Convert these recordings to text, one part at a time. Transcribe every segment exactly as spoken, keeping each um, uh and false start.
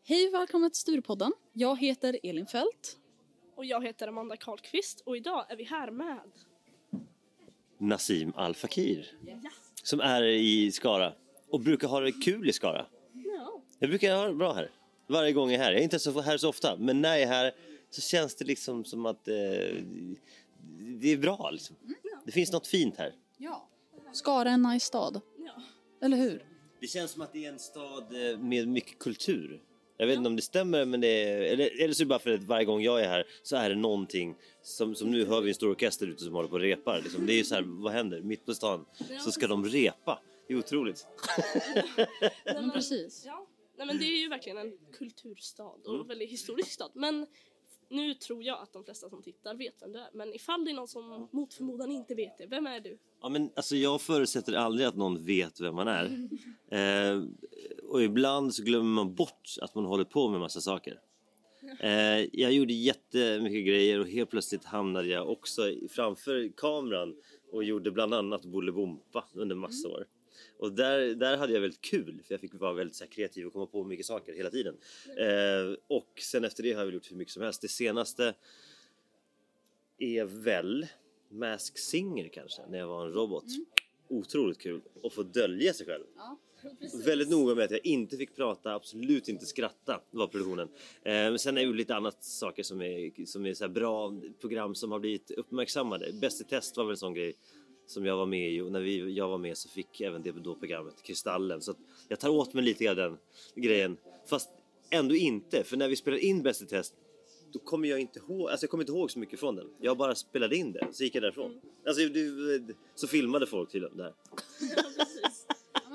Hej och välkomna till Sturepodden. Jag heter Elin Fält. Och jag heter Amanda Karlqvist och idag är vi här med Nassim Al Fakir. ja. Som är i Skara och brukar ha det kul i Skara. Ja. Jag brukar ha det bra här. Varje gång jag är här. Jag är inte så här så ofta, men när jag är här så känns det liksom som att eh, det är bra liksom. Mm, ja. Det finns något fint här. Ja. Skara är en nice stad. Ja. Eller hur? Det känns som att det är en stad med mycket kultur. Jag vet inte om det stämmer, men det är, eller, eller så är det bara för att varje gång jag är här så är det någonting som, som nu hör vi en stor orkester ute som håller på och repar liksom. Det är ju så här, vad händer? Mitt på stan så ska de repa. Det är otroligt. Nej, men, precis. Ja. Nej, men det är ju verkligen en kulturstad och en Mm. väldigt historisk stad. Men nu tror jag att de flesta som tittar vet vem du är. Men ifall det är någon som mot förmodan inte vet det, vem är du? Ja, men alltså jag förutsätter aldrig att någon vet vem man är. Eh, och ibland så glömmer man bort att man håller på med massa saker. Eh, jag gjorde jättemycket grejer och helt plötsligt hamnade jag också framför kameran och gjorde bland annat Bolibompa under massa år. Och där, där hade jag väldigt kul, för jag fick vara väldigt så här, kreativ och komma på mycket saker hela tiden. Eh, och sen efter det har jag väl gjort hur mycket som helst. Det senaste är väl Mask Singer kanske, när jag var en robot. Mm. Otroligt kul att få dölja sig själv. Ja, väldigt noga med att jag inte fick prata, absolut inte skratta, var produktionen. Eh, men sen är det ju lite annat saker som är, som är så här bra program som har blivit uppmärksammade. Bäst i test var väl en sån grej som jag var med i, och när vi, jag var med så fick även det då programmet Kristallen. Så att jag tar åt mig lite av den grejen, fast ändå inte, för när vi spelade in Bäst i test då kommer jag inte ihåg, alltså jag kommer inte ihåg så mycket från den. Jag bara spelade in det, så gick jag därifrån. Mm. Alltså det, så filmade folk till det där. Ja, precis.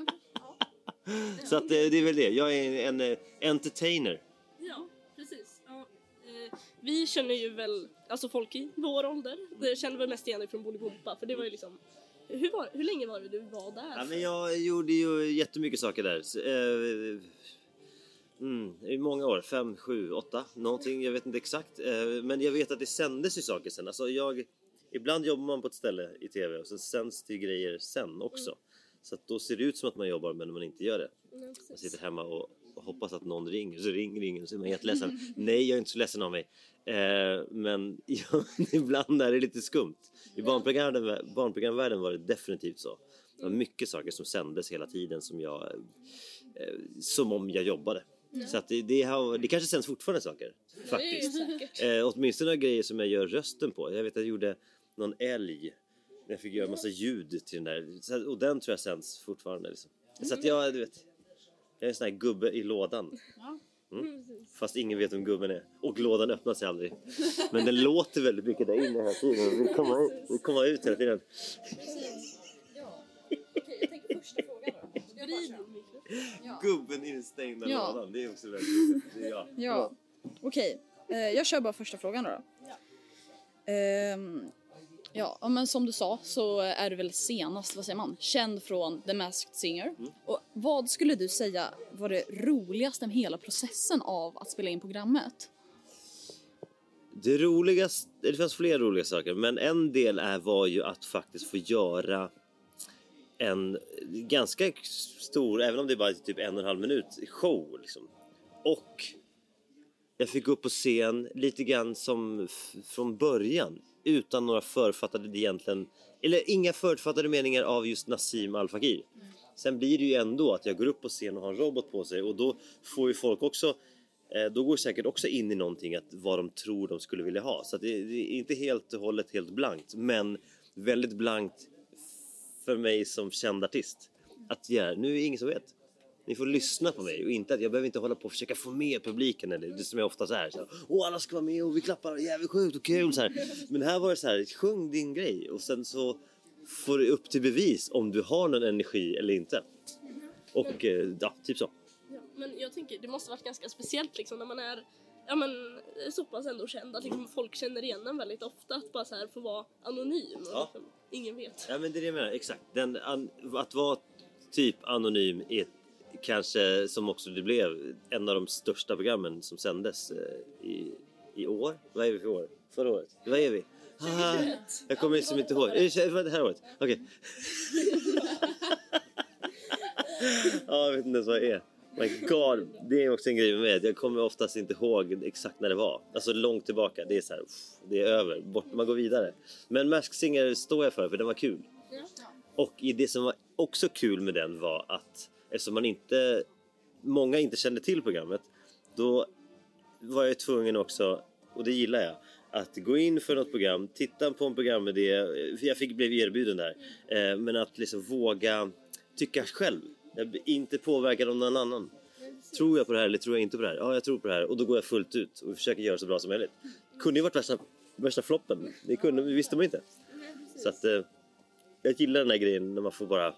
Så att det är väl det. Jag är en, en entertainer. Ja, precis. Ja, eh, vi känner ju väl, alltså folk i vår ålder, det känner väl mest igen från Bolibompa, för det var ju liksom, hur, var, hur länge var det du var där? Ja, men jag gjorde ju jättemycket saker där. Så, eh, mm, i många år, fem, sju, åtta, någonting, jag vet inte exakt. Eh, men jag vet att det sändes ju saker sen. Alltså jag, ibland jobbar man på ett ställe i tv och sen sänds det ju grejer sen också. Mm. Så att då ser det ut som att man jobbar, men man inte gör det. Mm, man sitter hemma och hoppas att någon ringer, så ringer ingen, så är man jätteledsen. Nej, jag är inte så ledsen av mig. Eh, men ja, ibland är det lite skumt. I barnprogramvärlden, barnprogramvärlden var det definitivt så. Det var mycket saker som sändes hela tiden som jag, eh, som om jag jobbade. Mm. Så att det, det, har, det kanske sänds fortfarande saker, faktiskt. Eh, åtminstone grejer som jag gör rösten på. Jag vet att jag gjorde någon älg. Jag fick göra en massa ljud till den där. Och den tror jag sänds fortfarande. Liksom. Så att jag, du vet, jag är en sån här gubbe i lådan. Mm. Fast ingen vet om gubben är. Och lådan öppnar sig aldrig. Men den låter väldigt mycket där inne hela tiden. Vi kommer ut, vi kommer ut hela tiden. Ja. Okej, jag tänker första frågan då. Ja. Gubben i den stängda ja. lådan. Det är också väldigt det är, ja. Ja. Okej, eh, jag kör bara första frågan då. Ja. Ehm, ja, men som du sa så är du väl senast, vad säger man, känd från The Masked Singer. Mm. Och vad skulle du säga var det roligaste med hela processen av att spela in programmet? Det roligaste, det fanns flera roliga saker, men en del är, var ju att faktiskt få göra en ganska stor, även om det bara är typ en och en halv minut show liksom. Och jag fick gå upp på scen lite grann som f- från början, utan några författade egentligen, eller inga författade meningar av just Nassim Al Fakir. Mm. Sen blir det ju ändå att jag går upp på scen och har en robot på sig, och då får ju folk också, eh, då går säkert också in i någonting att vad de tror de skulle vilja ha. Så att det, det är inte helt och hållet helt blankt, men väldigt blankt för mig som känd artist. Att ja, nu är det ingen som vet. Ni får lyssna på mig, och inte att jag behöver inte hålla på och försöka få med publiken, eller det som jag ofta säger så här, åh, alla ska vara med och vi klappar, jävligt sjukt och kul så här. Men här var det så här, sjung din grej och sen så får du upp till bevis om du har någon energi eller inte. Och ja, typ så. Ja, men jag tänker, det måste varit ganska speciellt liksom när man är, ja men så pass ändå känd att liksom, folk känner igen en väldigt ofta, att bara så här få vara anonym och Ja. liksom, ingen vet. Ja, men det är det jag menar, exakt. Den, an, att vara typ anonym är kanske, som också det blev, en av de största programmen som sändes eh, i, i år. Vad är vi för år? Förra året? Vad är vi? Ah, jag kommer liksom inte ihåg. Det var det här året. Okej. Okay. Ja, jag vet inte ens vad det är. My God, det är också en grej med mig. Jag kommer oftast inte ihåg exakt när det var. Alltså långt tillbaka. Det är så här, det är över. Bort, man går vidare. Men Masked Singer står jag för, för den var kul. Och i det som var också kul med den var att eftersom man inte, många inte kände till programmet, då var jag tvungen också, och det gillar jag, att gå in för något program, titta på en programidé, jag fick blev erbjuden där, eh, men att liksom våga tycka själv, jag blir inte påverkad av någon annan. Tror jag på det här eller tror jag inte på det här? Ja, jag tror på det här, och då går jag fullt ut och försöker göra så bra som möjligt. Kunde ju varit värsta, värsta floppen, det kunde, visste man inte. Så att eh, jag gillar den här grejen när man får bara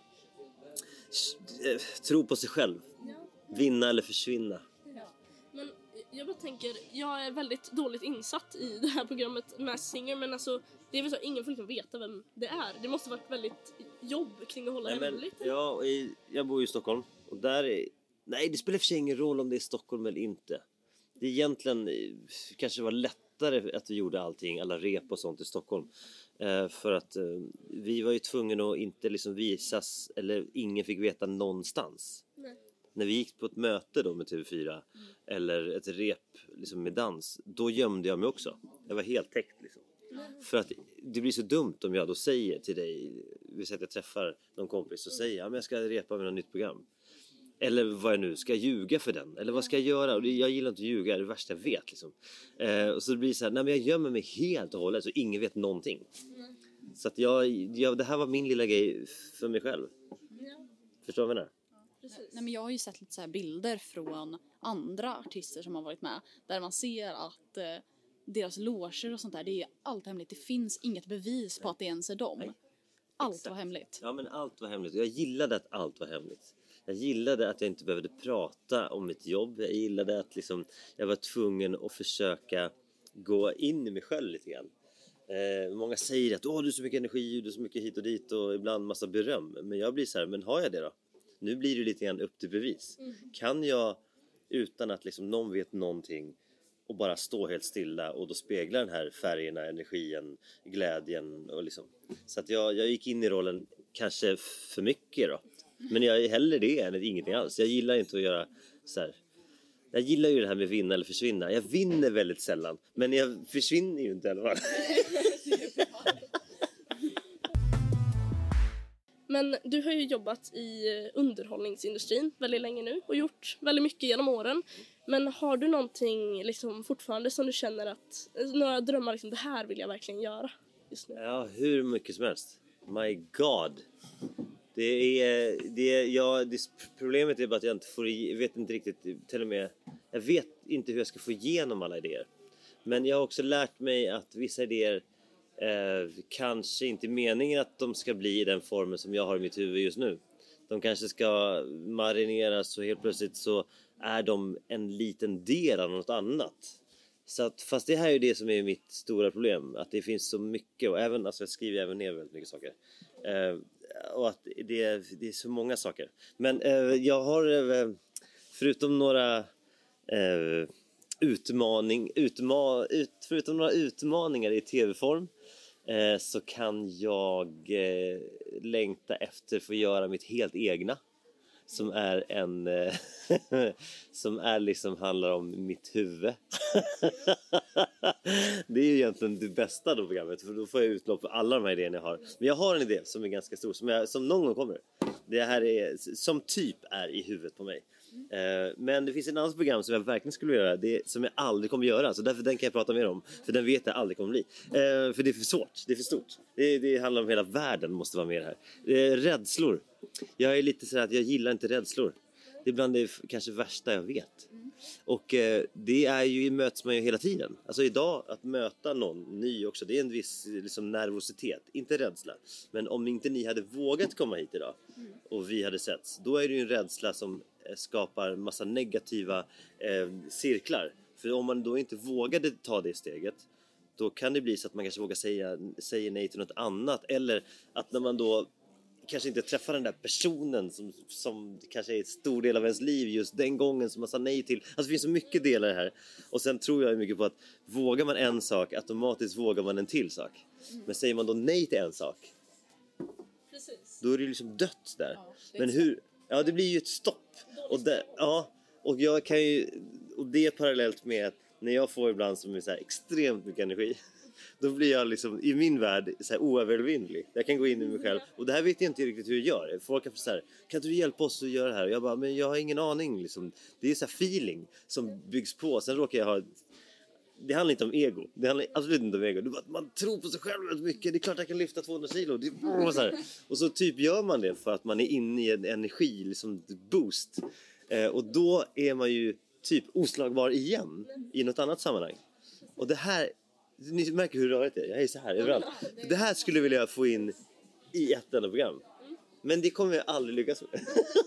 eh, tro på sig själv, vinna eller försvinna. Men jag bara tänker, jag är väldigt dåligt insatt i det här programmet Masked Singer, men alltså det är väl så att ingen får liksom veta vem det är. Det måste varit väldigt jobb kring att hålla Nej, men, hemligt. ja, och i, jag bor ju i Stockholm och där är, nej, det spelar för sig ingen roll om det är Stockholm eller inte. Det är egentligen kanske var lättare att vi gjorde allting, alla rep och sånt i Stockholm. Eh, för att eh, vi var ju tvungna att inte liksom visas, eller ingen fick veta någonstans. Nej. När vi gick på ett möte då med T V fyra mm. eller ett rep liksom med dans, då gömde jag mig också. Jag var helt täckt liksom. Mm. För att det blir så dumt om jag då säger till dig, vi säger att jag träffar någon kompis och säger, ja men jag ska repa med något nytt program. Eller vad jag nu, ska jag ljuga för den? Eller vad ska jag göra? Och det, jag gillar inte att ljuga, det är det värsta jag vet liksom. Eh, och så blir det så här, nej men jag gömmer mig helt och hållet så ingen vet någonting. Mm. Så att jag, jag, det här var min lilla grej för mig själv. Mm. Förstår du vad jag menar? Nej, men jag har ju sett lite så här bilder från andra artister som har varit med, där man ser att eh, deras loger och sånt där, det är allt hemligt. Det finns inget bevis på att det ens är dem. Nej. Allt Exakt. Var hemligt. Ja, men allt var hemligt. Jag gillade att allt var hemligt. Jag gillade att jag inte behövde prata om mitt jobb. Jag gillade att liksom, jag var tvungen att försöka gå in i mig själv lite grann. Eh, många säger att åh, du har så mycket energi, du har så mycket hit och dit och ibland massa beröm. Men jag blir så här, men har jag det då? Nu blir det lite grann upp till bevis. Mm. Kan jag utan att liksom någon vet någonting och bara stå helt stilla och då speglar den här färgerna, energin, glädjen och liksom. Så att jag, jag gick in i rollen kanske för mycket då. Men jag är hellre det än ingenting alls. Jag gillar inte att göra så här. Jag gillar ju det här med vinna eller försvinna. Jag vinner väldigt sällan, men jag försvinner ju inte i alla fall. Men du har ju jobbat i underhållningsindustrin väldigt länge nu och gjort väldigt mycket genom åren. Men har du någonting liksom fortfarande som du känner att, några drömmar liksom, det här vill jag verkligen göra just nu? Ja, hur mycket som helst. My God. Det är, det är, ja, det, problemet är bara att jag inte får, jag vet inte riktigt, till och med, jag vet inte hur jag ska få igenom alla idéer. Men jag har också lärt mig att vissa idéer Eh, kanske inte meningen att de ska bli i den formen som jag har i mitt huvud just nu. De kanske ska marineras och helt plötsligt så är de en liten del av något annat. Så att, fast det här är ju det som är mitt stora problem, att det finns så mycket, och även, alltså jag skriver även ner väldigt mycket saker. Eh, och att det är, det är så många saker. Men eh, jag har eh, förutom några eh, utmaning, utma, ut, förutom några utmaningar i tv-form eh, så kan jag eh, längta efter att få göra mitt helt egna, som är en eh, som är liksom handlar om mitt huvud. Det är ju egentligen det bästa då programmet, för då får jag utlopp för alla de här idéerna jag har. Men jag har en idé som är ganska stor, som, jag, som någon gång kommer. Det här är, som typ är i huvudet på mig. Mm. Men det finns ett annat program som jag verkligen skulle göra, det som jag aldrig kommer göra, så därför den kan jag prata mer om, för den vet jag aldrig kommer bli. För det är för svårt, det är för stort. Det, det handlar om hela världen måste vara med här. Rädslor. Jag är lite så att jag gillar inte rädslor. Det är bland det kanske värsta jag vet. Och eh, det är ju, möts man ju hela tiden. Alltså idag, att möta någon ny också, det är en viss liksom, nervositet, inte rädsla. Men om inte ni hade vågat komma hit idag och vi hade setts, då är det ju en rädsla som eh, skapar massa negativa eh, cirklar. För om man då inte vågade ta det steget, då kan det bli så att man kanske vågar säga, säga nej till något annat. Eller att när man då kanske inte träffar den där personen som, som kanske är en stor del av ens liv just den gången som man sa nej till. Alltså det finns så mycket delar i det här. Och sen tror jag mycket på att vågar man en sak, automatiskt vågar man en till sak. Mm. Men säger man då nej till en sak, precis, då är det liksom dött där. Ja, det men hur, Ja, det blir ju ett stopp. Och det, ja, och jag kan ju, och det är parallellt med att när jag får ibland som är så här extremt mycket energi, då blir jag liksom i min värld så här oövervinnlig. Jag kan gå in i mig själv och det här vet jag inte riktigt hur jag gör. Folk kan få så här, kan du hjälpa oss att göra det här? Och jag bara, men jag har ingen aning liksom. Det är så här feeling som byggs på. Sen råkar jag ha, det handlar inte om ego. Det handlar absolut inte om ego. Det är bara att man tror på sig själv väldigt mycket. Det är klart jag kan lyfta tvåhundra kilo. Det är, så här. Och så typ gör man det för att man är inne i en energi, liksom boost. Eh, och då är man ju typ oslagbar igen i något annat sammanhang. Och det här, ni märker hur rörigt det är. Jag är så här överallt. Det här skulle jag vilja få in i ett enda program. Men det kommer jag aldrig lyckas med.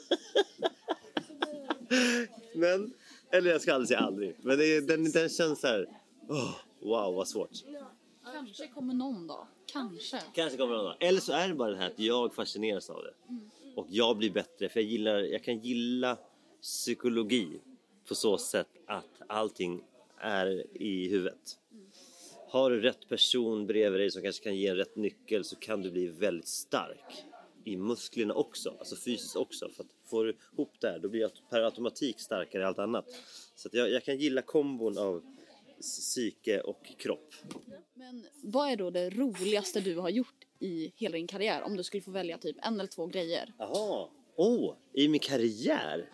Men, eller jag ska aldrig säga aldrig. Men det, den, den känns så här, oh, wow vad svårt. Kanske kommer någon dag. Kanske. Kanske kommer någon dag. Eller så är det bara det här att jag fascineras av det. Mm. Och jag blir bättre. För jag gillar, jag kan gilla psykologi på så sätt att allting är i huvudet. Mm. Har du rätt person bredvid dig som kanske kan ge en rätt nyckel, så kan du bli väldigt stark i musklerna också, alltså fysiskt också. För att får du ihop det här, då blir jag per automatik starkare i allt annat. Så att jag, jag kan gilla kombon av psyke och kropp. Men vad är då det roligaste du har gjort i hela din karriär? Om du skulle få välja typ en eller två grejer. Jaha, åh, oh, i min karriär?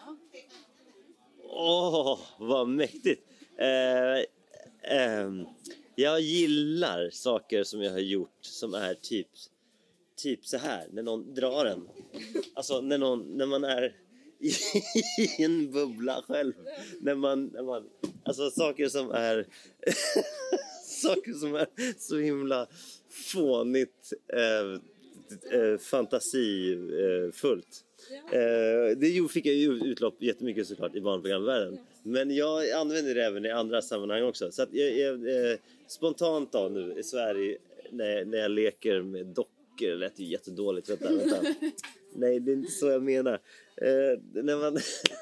Åh, oh, vad mäktigt. Eh, eh, jag gillar saker som jag har gjort som är typ typ så här, när någon drar en. Alltså när någon, när man är i en bubbla själv. När man, när man alltså saker som är saker som är så himla fånigt eh, eh, fantasifullt. Eh, det fick jag ju utlopp jättemycket såklart i barnprogramvärlden. Men jag använder det även i andra sammanhang också. Så att jag, jag, eh, spontant då nu i Sverige när, när jag leker med dockor. Det lät ju jättedåligt. Vänta, vänta. Nej, det är inte så jag menar. Eh, när man...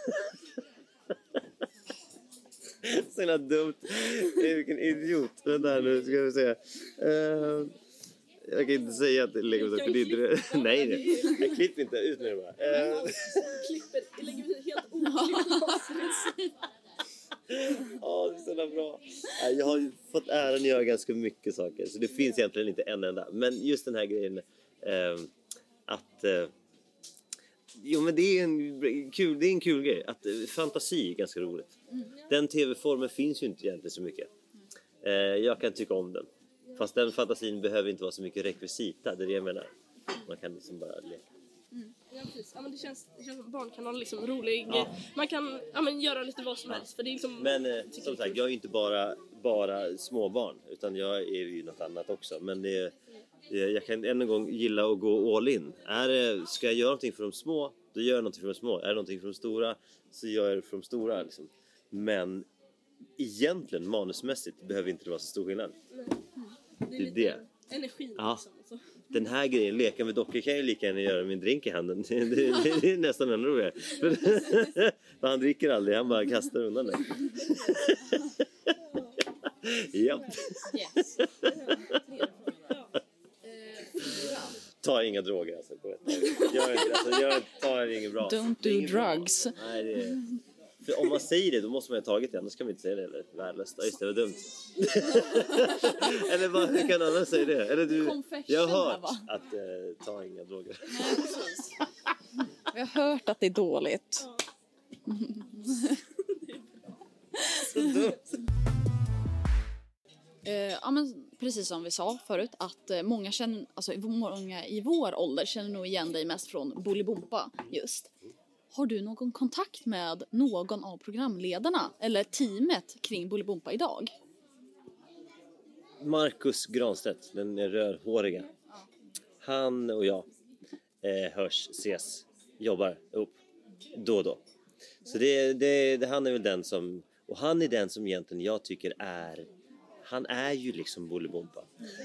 så jävla dumt. Vilken idiot. Vänta här nu, ska vi se. Eh, jag kan inte säga att det lägger mig så för det. Nej, nej. Jag klipper inte ut med det bara. Eh. Klipper, jag lägger mig helt oklippt. Ja, det är så bra. Jag har ju fått äran att göra ganska mycket saker. Så det finns egentligen inte en enda. Men just den här grejen eh, att eh, jo men det är en kul, det är en kul grej. Att eh, fantasi är ganska roligt. Den tv-formen finns ju inte egentligen så mycket. eh, Jag kan tycka om den. Fast den fantasin behöver inte vara så mycket rekvisita. Det är det jag menar. Man kan liksom bara leka. Mm. Ja, precis. Ja, men det känns, det känns som barnkanal liksom rolig. Ja. Man kan ja, men göra lite vad som helst. För det är liksom, men eh, som sagt, jag är ju inte bara, bara småbarn. Utan jag är ju något annat också. Men det, det, jag kan än en gång gilla att gå all in. Är det, ska jag göra någonting för de små, då gör jag någonting för de små. Är det någonting för de stora, så gör jag det för de stora. Liksom. Men egentligen manusmässigt behöver inte det vara så stor skillnad. Mm. Det är, det är det. Energin ja. liksom. Så. Den här grejen, leka med dockor, kan jag lika gärna göra min drink i handen. Det, det, det är nästan ännu roligare. För han dricker aldrig, han bara kastar undan det. Ja. Yes. Ta inga droger alltså. Gör inte, alltså jag tar inget bra. Don't do drugs. Bra. Nej, det är... För om man säger det, då måste man ju ha tagit det. Annars kan man inte säga det. Eller värdelöst. Ja, just det, var dumt. Eller vad, hur kan alla säga det? Eller du, jag har hört här, att eh, ta inga droger. Nej, precis. Jag har hört att det är dåligt. Så dumt. Uh, ja, men precis som vi sa förut, att uh, många, känner, alltså, många i vår ålder känner nog igen dig mest från Bolibompa just. Har du någon kontakt med någon av programledarna eller teamet kring Bolibompa idag? Marcus Granstedt, den rödhåriga. Han och jag eh, hörs, ses, jobbar ihop då och då. Så det, det, det, han är väl den som, och han är den som egentligen jag tycker är, han är ju liksom Bolibompa.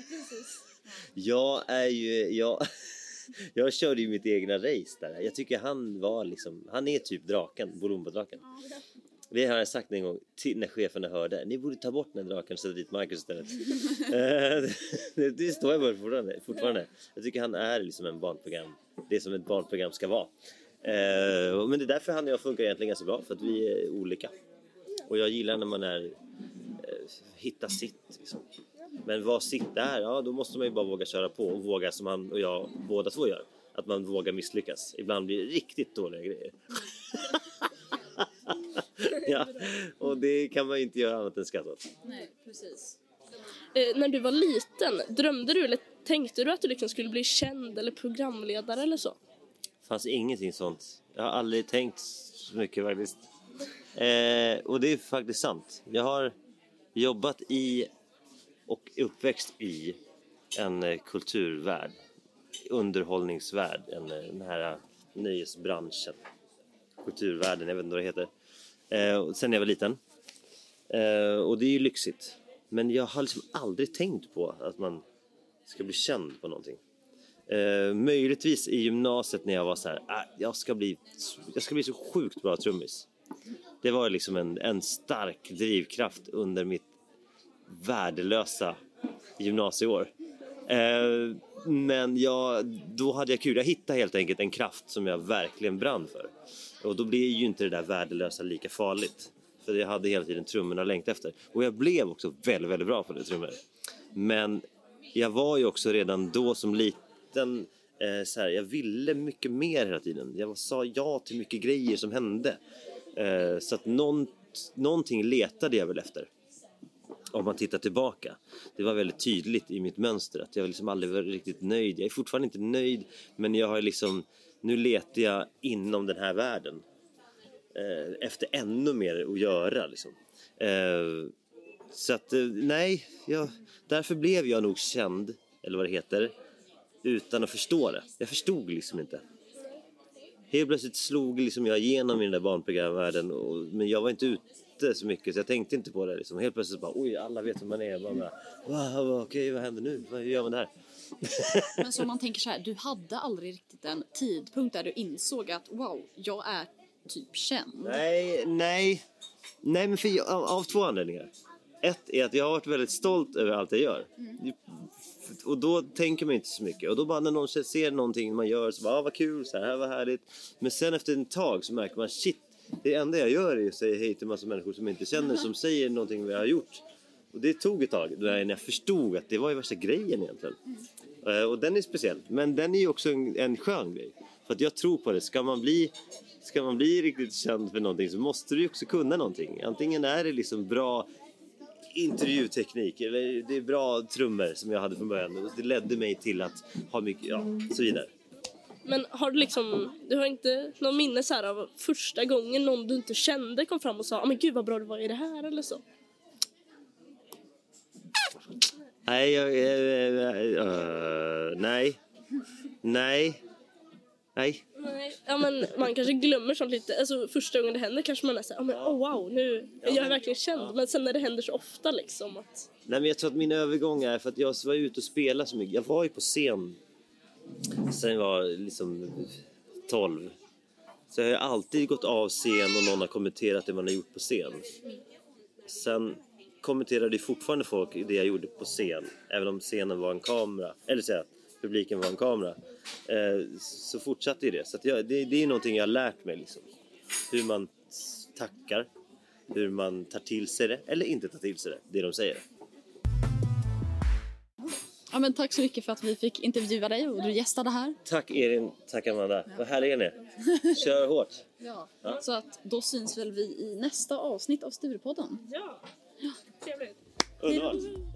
Jag är ju, jag... Jag körde ju mitt egna race där. Jag tycker han var liksom, han är typ draken, Bolibompa-draken. Det har jag sagt en gång till när cheferna hörde. Ni borde ta bort den draken och sätta dit Marcus istället. det, det står jag bara fortfarande, fortfarande. Jag tycker han är liksom en barnprogram. Det är som ett barnprogram ska vara. Eh, men det är därför han och jag funkar egentligen ganska bra, för att vi är olika. Och jag gillar när man är eh, hittar sitt liksom. Men vad sitt är, ja då måste man ju bara våga köra på och våga, som han och jag båda två gör, att man vågar misslyckas. Ibland blir det riktigt dåliga grejer. Ja, och det kan man ju inte göra annat än skratta åt. Nej, precis. Eh, när du var liten, drömde du eller tänkte du att du liksom skulle bli känd eller programledare eller så? Fanns ingenting sånt. Jag har aldrig tänkt så mycket faktiskt. Eh, och det är faktiskt sant. Jag har jobbat i och uppväxt i en eh, kulturvärld, underhållningsvärld, en, eh, den här eh, nöjesbranschen, kulturvärlden, jag vet inte vad det heter. Eh, sen jag var liten. Eh, och det är ju lyxigt. Men jag har liksom aldrig tänkt på att man ska bli känd på någonting. Eh, möjligtvis i gymnasiet när jag var så här, ah, jag ska bli jag ska bli så sjukt bra trummis. Det var liksom en, en stark drivkraft under mitt värdelösa gymnasieår. Eh, men jag, då hade jag kul. Jag hittade helt enkelt en kraft som jag verkligen brann för. Och då blir ju inte det där värdelösa lika farligt. För jag hade hela tiden trummorna längt efter. Och jag blev också väldigt, väldigt bra på det trummor. Men jag var ju också redan då som liten eh, så här, jag ville mycket mer hela tiden. Jag sa ja till mycket grejer som hände. Eh, så att någon, någonting letade jag väl efter. Om man tittar tillbaka. Det var väldigt tydligt i mitt mönster att jag liksom aldrig var riktigt nöjd. Jag är fortfarande inte nöjd, men jag har liksom, nu letar jag inom den här världen eh, efter ännu mer att göra liksom. Eh, så att eh, nej, jag, därför blev jag nog känd, eller vad det heter, utan att förstå det. Jag förstod liksom inte. Helt plötsligt slog liksom jag igenom i den där barnprogramvärlden, och, men jag var inte ute så mycket så jag tänkte inte på det liksom. Helt plötsligt bara, oj, alla vet hur man är. Bara, wow, wow, okej, vad händer nu? Vad gör man där? Men så man tänker så här, du hade aldrig riktigt en tidpunkt där du insåg att wow, jag är typ känd. Nej, nej. Nej, men för jag, av, av två anledningar. Ett är att jag har varit väldigt stolt över allt jag gör. Mm. Och då tänker man inte så mycket. Och då bara när någon ser någonting man gör så bara, ah, vad kul, så här, vad härligt. Men sen efter en tag så märker man, shit, det enda jag gör är att säga hej till en massa människor som inte känner, som säger någonting vi har gjort. Och det tog ett tag när jag förstod att det var ju värsta grejen egentligen. Mm. Och den är speciell. Men den är ju också en, en skön grej. För att jag tror på det. Ska man bli, ska man bli riktigt känd för någonting så måste du ju också kunna någonting. Antingen är det liksom bra intervjuteknik eller det är bra trummor som jag hade från början. Det ledde mig till att ha mycket, ja, så vidare. Men har du liksom, du har inte någon minne så här av första gången någon du inte kände kom fram och sa, men gud vad bra du var i det här eller så? Nej, jag, uh, uh, nej, nej, nej. Nej, ja men man kanske glömmer sånt lite. Alltså första gången det händer kanske man är så här, oh, men, oh wow, nu jag är verkligen känd. Ja. Men sen när det händer så ofta liksom att... Nej, men jag tror att min övergång är för att jag var ute och spelade så mycket. Jag var ju på scen sen jag var liksom tolv. Så jag har alltid gått av scen och någon har kommenterat det man har gjort på scen. Sen kommenterade fortfarande folk det jag gjorde på scen, även om scenen var en kamera, eller så här, publiken var en kamera, eh, så fortsatte ju det. Så att jag, det, det är någonting jag har lärt mig liksom. Hur man tackar, hur man tar till sig det eller inte tar till sig det, det de säger. Ja, men tack så mycket för att vi fick intervjua dig och du gästade här. Tack Erin, tack Amanda. Ja. Vad härliga ni är. Kör hårt. Ja. Ja, så att då syns väl vi i nästa avsnitt av Sturepodden. Ja, trevligt. Underbart.